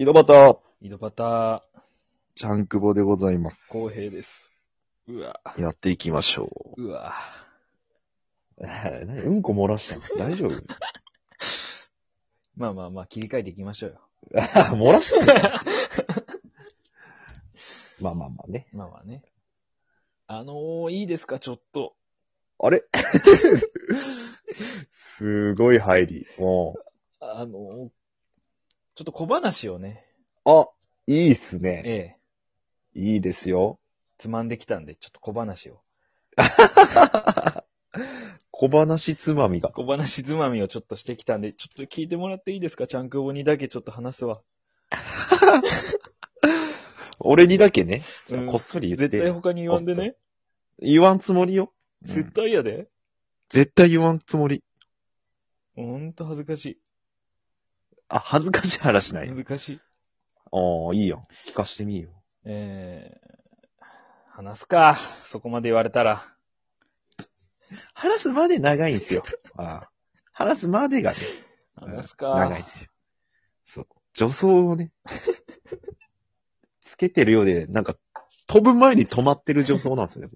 井戸端、 井戸端、 ちゃんくぼでございます。 公平です。うわ。 やっていきましょうわ。 う。何うんこ漏らしたの大丈夫まあまあまあ、切り替えていきましょうよ。 漏らしたのまあまあまあね。 まあまあね。いいですか、ちょっと。 あれすごい入り。もちょっと小話をね、 う。あ、いいっすね。 ええ、 いいですよ。 つまんできたんで、ちょっと小話を。 小話つまみが。 小話つまみをちょっとしてきたんで、ちょっと聞いてもらっていいですか、ちゃんくぼにだけちょっと話すわ。 俺にだけね。じゃあうんこっそり言って。 絶対他に言わんでね。 言わんつもりよ。 絶対やで。 絶対言わんつもり。 ほんと恥ずかしい。 あ、恥ずかしい話ない。 恥ずかしい。 いいよ。聞かしてみよ話すか。そこまで言われたら。 話すまで長いんですよ。話すまでがね。 話すか。 長いですよ。そう。助走をね、つけてるようで、なんか、飛ぶ前に止まってる助走なんですよね。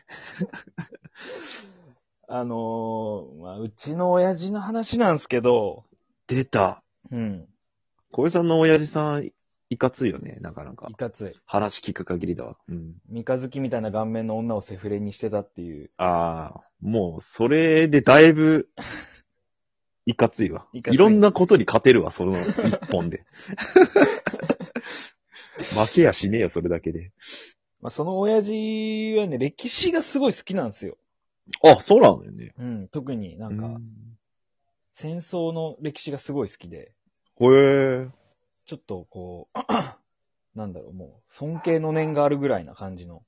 まあ、うちの親父の話なんすけど、 出た。 うん。 小江さんの親父さん、いかついよね、なかなかい。かつい。 話聞く限りだわ。うん。 三日月みたいな顔面の女をセフレにしてたっていう。 もう、それでだいぶ、いかついわ。 いかついいろんなことに勝てるわ、その一本で。負けやしねえよ、それだけで。 まあ、その親父はね、歴史がすごい好きなんですよ。 あ、そうなのよね。 うん。特になんか、 うん戦争の歴史がすごい好きで、 へえ。 ちょっとこう、なんだろう、もう、尊敬の念があるぐらいな感じの。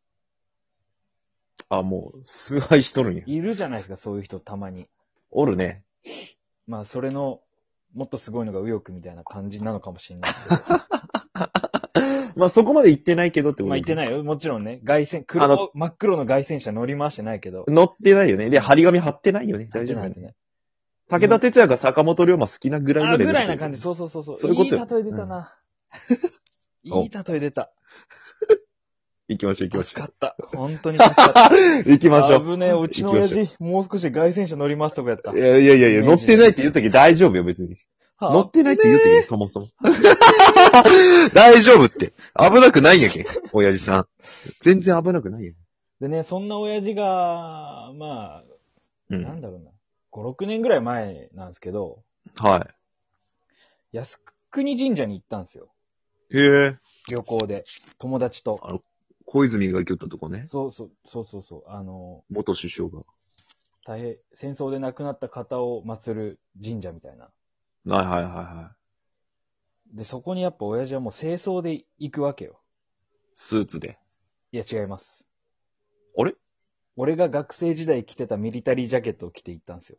もう、崇拝しとるんや。 いるじゃないですか、そういう人たまに。 おるね。 まあ、それの、もっとすごいのが右翼みたいな感じなのかもしれないけど。 まあそこまで言ってないけどってこと。 まあ言ってないよ。もちろんね。外線、真っ黒の外線車乗り回してないけど。 乗ってないよね。で、張り紙貼ってないよね。大丈夫だね。 入ってない。 武田鉄矢が坂本龍馬好きなぐらいのレベル。 ぐらいな感じ。そうそうそうそう。 そういうことよいい例え出たな。 うんいい例え出た。 行きましょう、行きましょ助かった。本当に助かった。 う。行きましょう。 危ねえ、うちの親父、もう少しで外線車乗りますとかやった。 いやいやいやいや、乗ってないって言うとき大丈夫よ、別に。乗ってないって言うときそもそも。大丈夫って。危なくないやけん、親父さん。全然危なくないやん。 でね、そんな親父が、まあ、なんうん。 だろうな。5、6年ぐらい前なんですけど、 は靖国神社に行ったんですよ。 い。へえ。 旅行で。友達と。 小泉が行きよったとこね。 そうそう。 元首相が。 大変、戦争で亡くなった方を祀る神社みたいな。 はいはいはいはで、そこにやっぱ親父はもう清掃で行くわけよ。 い。スーツで。 いや、違います。 あれ俺が学生時代着てたミリタリージャケットを着て行ったんですよ。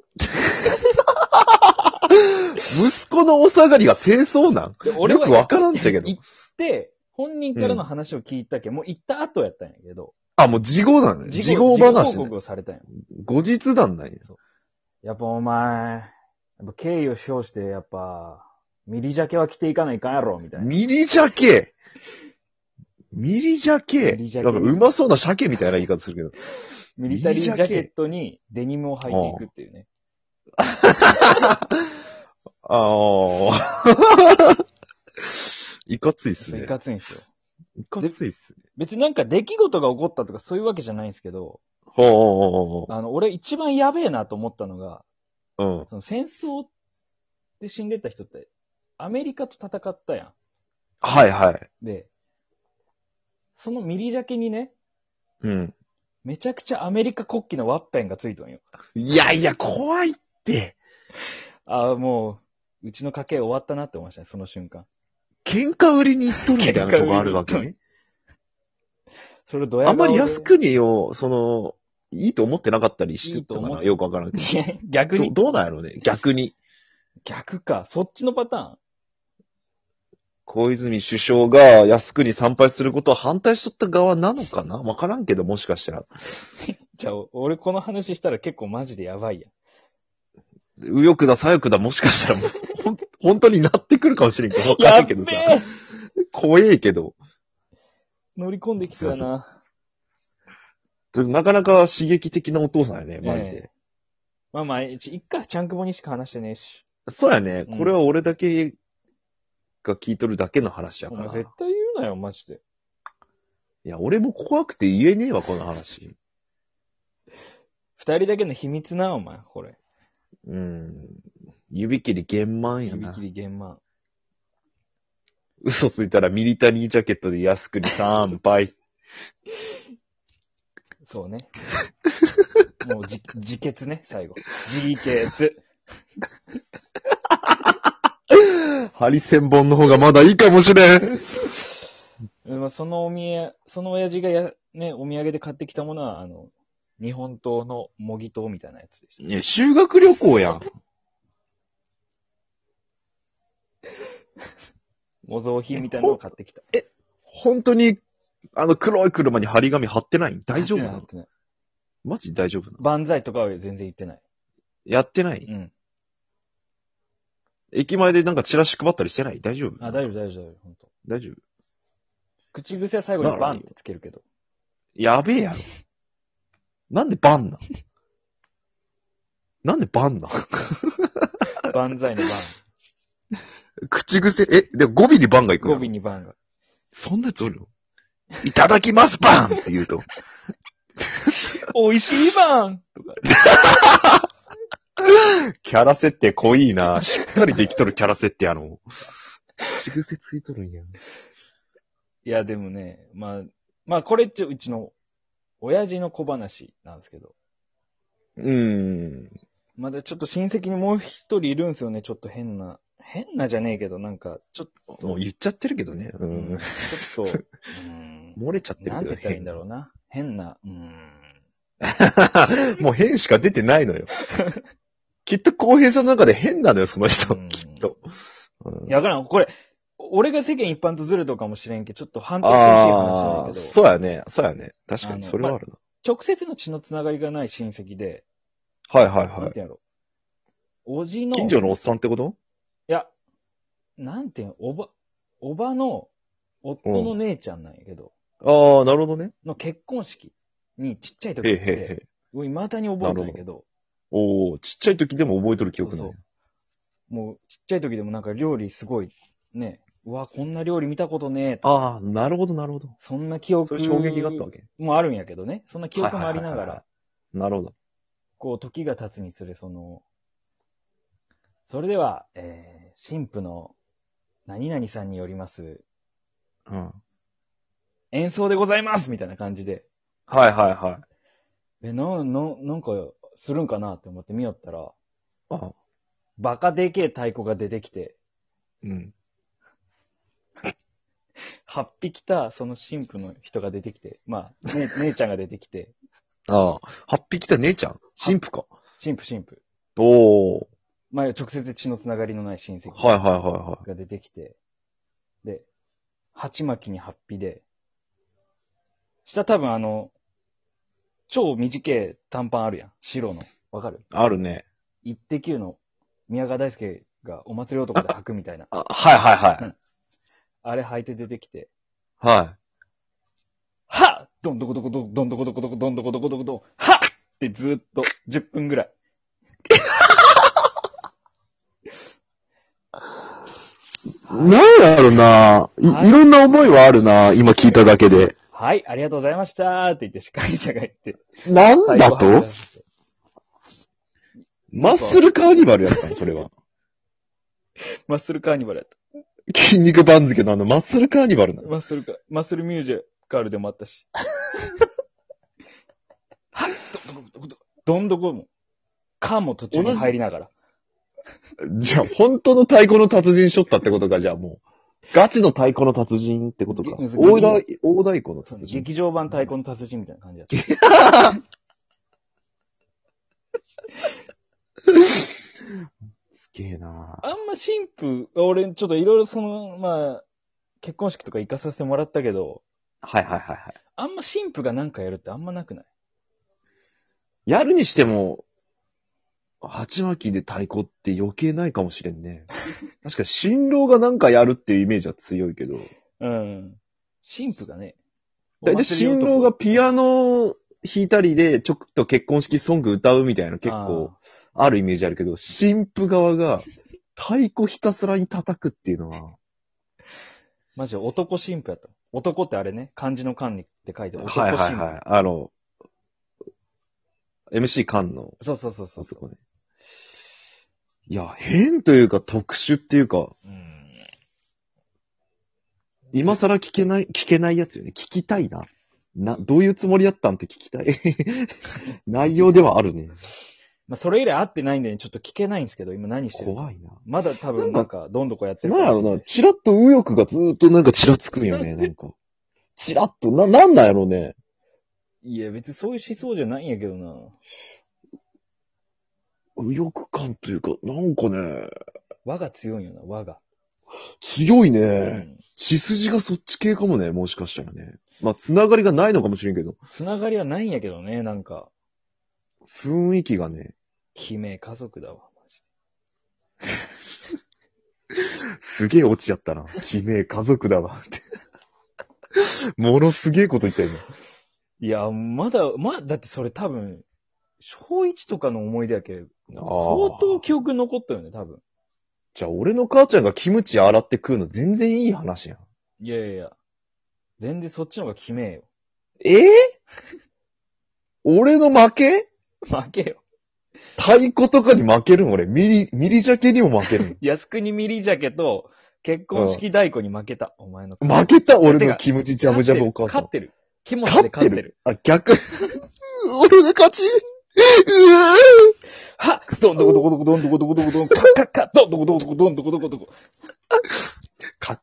息子のお下がりが清掃なんで俺はよくわからんっちゃけど。 行って、本人からの話を聞いたけど、もう行った後やったんやけど。 もう事後なんだね。事後報話、ね。 告をされたんや。 後日談なんや。 やっぱお前、やっぱ敬意を表して、やっぱ、ミリジャケは着ていかないかんやろ、みたいな。 ミリジャケミリジャケミリジャケなんかうまそうな鮭みたいな言い方するけど。 ミリタリージャケットにデニムを履いていくっていうね。 いかついっすね。 いかついんですよ。 いかついっすね。 別になんか出来事が起こったとかそういうわけじゃないんですけど、 ほ俺一番やべえなと思ったのが、 う。うん。 その戦争で死んでた人って、アメリカと戦ったやはいはい。 ん。で、そのミリジャケにね、 うん。 めちゃくちゃアメリカ国旗のワッペンがついとんよ。 いやいや、怖いって。 もう、うちの家系終わったなって思いましたね、その瞬間。 喧嘩売りに行っとるみたいなとこあるわけね。 それどやあんまり安靖国を、いいと思ってなかったりしてたかな。 いいと思っよくわからんけど。 逆に。 どうなんやろうね。逆に。 逆か。そっちのパターン小泉首相が靖国参拝することは反対しとった側なのかなわからんけど、もしかしたら。 じゃあ、俺この話したら結構マジでやばいやん。 右翼だ左翼だ、もしかしたらもう、 本当になってくるかもしれんけど、わかるけどさ。 やっ怖えけど。 乗り込んできそうやな。 なかなか刺激的なお父さんやね、マジで。 まあまあ、一回チャンクボにしか話してねえし。 そうやね。 うんこれは俺だけが聞いとるだけの話やから。 お前絶対言うなよ、マジで。 いや、俺も怖くて言えねえわ、この話。 二人だけの秘密な、お前、これ。 指切り玄満やな。 指切り玄満。 嘘ついたらミリタリージャケットで安くに3倍。 そうね。もう自決ね、最後。自決。 ハリセンボンの方がまだいいかもしれん。 まあ、その親父がお土産で買ってきたものは、日本刀の模擬刀みたいなやつでした。 いや、修学旅行やん。 模造品みたいなのを買ってきた。 本当に、黒い車に張り紙貼ってない大丈夫なのやってない。 マジ大丈夫なの万歳とかは全然言ってない。 やってない、 うん。 駅前でなんかチラシ配ったりしてない大丈夫あ、大丈夫、本当。 大丈夫口癖は最後にバンってつけるけど。 やべえやろ。なんでバンなんなんでバンなん万歳のバ口癖、でも語尾にバンがいくン。 の語尾にバンが。 そんなやつおるのいただきますバンって言うと。 美味しいバンとか。 キャラ設定濃いな。しっかりできとるキャラ設定口癖ついとるんや。 いや、でもね、まあ、これうちの、親父の小話なんですけど。まだちょっと親戚にもう一人いるんですよね、ちょっと変なじゃねえけど、なんか、ちょっと。 もう言っちゃってるけどね。 ちょっと、 漏れちゃってるけどなんて言ったらいいんだろうな。変な、 もう変しか出てないのよ。きっと公平さんの中で変なのよ、その人。きっと。 いや、わからん。これ、俺が世間一般とずれとかもしれんけど、ちょっと判定してほしい話なんだけど。 そうやね。確かに、それはあるな。 直接の血のつながりがない親戚で。 はい。 なんてやろ。おじの。 近所のおっさんってこと？ いや、なんていうの、おばの夫の姉ちゃんなんやけど。 ああ、なるほどね。 の結婚式にちっちゃい時って、未だに覚えてないけど。 ちっちゃい時でも覚えとる記憶ない。 そうもう、ちっちゃい時でもなんか料理すごい、ね、うわ、こんな料理見たことねえと。 ああ、なるほど。 そんな記憶。 そういう衝撃があったわけ。 もあるんやけどね。そんな記憶もありながら。 なるほど。 こう、時が経つにつれ、それでは、神父の何々さんによります、演奏でございますみたいな感じで。 はい。 なんか、するんかなって思って見よったら、バカでけえ太鼓が出てきて、8匹た、その神父の人が出てきて、まあ、姉ちゃんが出てきて。 8匹た姉ちゃん神父か。 神父。まあ、直接血のつながりのない親戚が出てきて、で、鉢巻きに8匹で、下多分超短い短パンあるやん。白の。わかる？ あるね。 イッテ Q の宮川大輔がお祭り男で履くみたいな。 はい。 あれ履いて出てきて。 はい。 はっどんどこどこどこどんどこどこどこどんどこどこどこどはっってずーっと10分ぐらい。 なんやろな、いろんな思いはあるな、今聞いただけで。 はい、ありがとうございましたって言って司会者が言って。 なんだとマッスルカーニバルやったのそれは。 マッスルカーニバルやった。 筋肉番付のマッスルカーニバルなの。 マッスルミュージカルでもあったし。はい、どんどこも。カーも途中に入りながら。 じゃあ、本当の太鼓の達人しょったってことか、じゃあもう。ガチの太鼓の達人ってことか。大太鼓の達人。 劇場版太鼓の達人みたいな感じだった。 すげえなあんま神父、俺ちょっといろいろまあ、結婚式とか行かさせてもらったけど。 はい。 あんま神父がなんかやるってあんまなくない？ やるにしても、 鉢巻きで太鼓って余計ないかもしれんね。確かに新郎がなんかやるっていうイメージは強いけど。 うん。神父がね。 大体新郎がピアノ弾いたりでちょっと結婚式ソング歌うみたいな結構あるイメージあるけど、新婦側が太鼓ひたすらに叩くっていうのは。 マジ男神父やった。男ってあれね、漢字の漢にって書いて男神父。 はいはいはい。MC 漢の。 そうそうそうそう。 そこね。いや、変というか特殊っていうか、今更聞けないやつよね。聞きたいな。どういうつもりだったんって聞きたい。内容ではあるね。 まあ、それ以来会ってないんで、ね、ちょっと聞けないんですけど、今何してる怖いな。 まだ多分なんか、どんどこやってるかもしれない。なんやろな、チラッと右翼がずーっとなんかチラつくんよね、なんか。チラッと、なんなんやろね。 いや、別にそういう思想じゃないんやけどな。 右翼感というか、なんかね。 和が強いよな、和が。 強いね。血筋がそっち系かもね、もしかしたらね。まあ、つながりがないのかもしれんけど。 つながりはないんやけどね、なんか。 雰囲気がね。 悲鳴家族だわ、マジ。すげえオチやったな。悲鳴家族だわって。ものすげえこと言ったよね。 いや、だってそれ多分、小一とかの思い出やけど、相当記憶残ったよね、多分。 じゃあ、俺の母ちゃんがキムチ洗って食うの全然いい話やん。 いやいやいや。全然そっちの方が決めえよ。 俺の負け負けよ。 太鼓とかに負けるん俺。ミリジャケにも負けるん。 靖国ミリジャケと結婚式太鼓に負けた。お前の。 負けた俺のキムチジャムジャムお母さん。 勝ってる。キモチで勝ってる。 あ、逆。俺の勝ち。 はっどんどこどこどこどんどこどこどこどん、カッカッカッどんどこどこどこどんどこどこどこ。 かっ